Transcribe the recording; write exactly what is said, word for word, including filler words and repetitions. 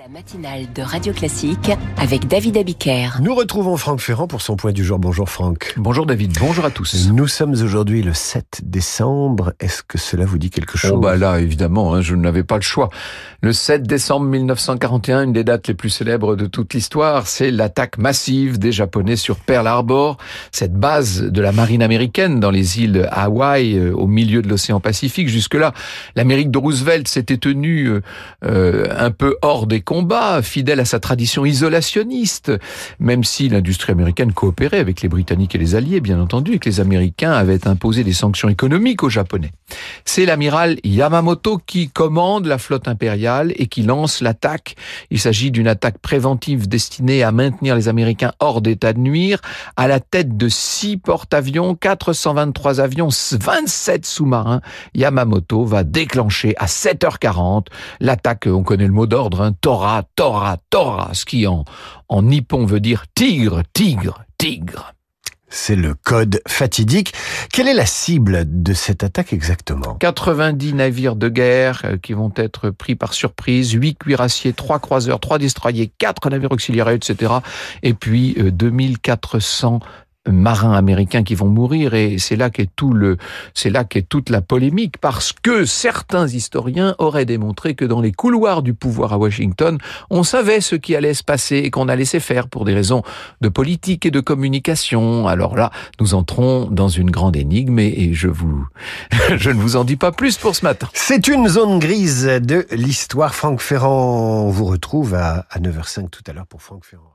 La matinale de Radio Classique avec David Abiker. Nous retrouvons Franck Ferrand pour son point du jour. Bonjour Franck. Bonjour David, bonjour à tous. Nous sommes aujourd'hui le sept décembre. Est-ce que cela vous dit quelque chose ? Oh bah là, évidemment, hein, je n'avais pas le choix. Le sept décembre mille neuf cent quarante et un, une des dates les plus célèbres de toute l'histoire, c'est l'attaque massive des Japonais sur Pearl Harbor, cette base de la marine américaine dans les îles Hawaï, euh, au milieu de l'océan Pacifique. Jusque-là, l'Amérique de Roosevelt s'était tenue euh, euh, un peu hors des combats, fidèle à sa tradition isolationniste, même si l'industrie américaine coopérait avec les Britanniques et les Alliés, bien entendu, et que les Américains avaient imposé des sanctions économiques aux Japonais. C'est l'amiral Yamamoto qui commande la flotte impériale et qui lance l'attaque. Il s'agit d'une attaque préventive destinée à maintenir les Américains hors d'état de nuire, à la tête de six porte-avions, quatre cent vingt-trois avions, vingt-sept sous-marins. Yamamoto va déclencher à sept heures quarante l'attaque, on connaît le mot d'ordre, hein, Tora, Tora, Tora, ce qui en, en nippon veut dire tigre, tigre, tigre. C'est le code fatidique. Quelle est la cible de cette attaque exactement ? quatre-vingt-dix navires de guerre qui vont être pris par surprise, huit cuirassiers, trois croiseurs, trois destroyers, quatre navires auxiliaires, et cetera. Et puis deux mille quatre cents marins américains qui vont mourir, et c'est là qu'est tout le, c'est là qu'est toute la polémique, parce que certains historiens auraient démontré que dans les couloirs du pouvoir à Washington, on savait ce qui allait se passer et qu'on a laissé faire pour des raisons de politique et de communication. Alors là, nous entrons dans une grande énigme et je vous, je ne vous en dis pas plus pour ce matin. C'est une zone grise de l'histoire. Franck Ferrand vous retrouve à, à neuf heures cinq tout à l'heure pour Franck Ferrand.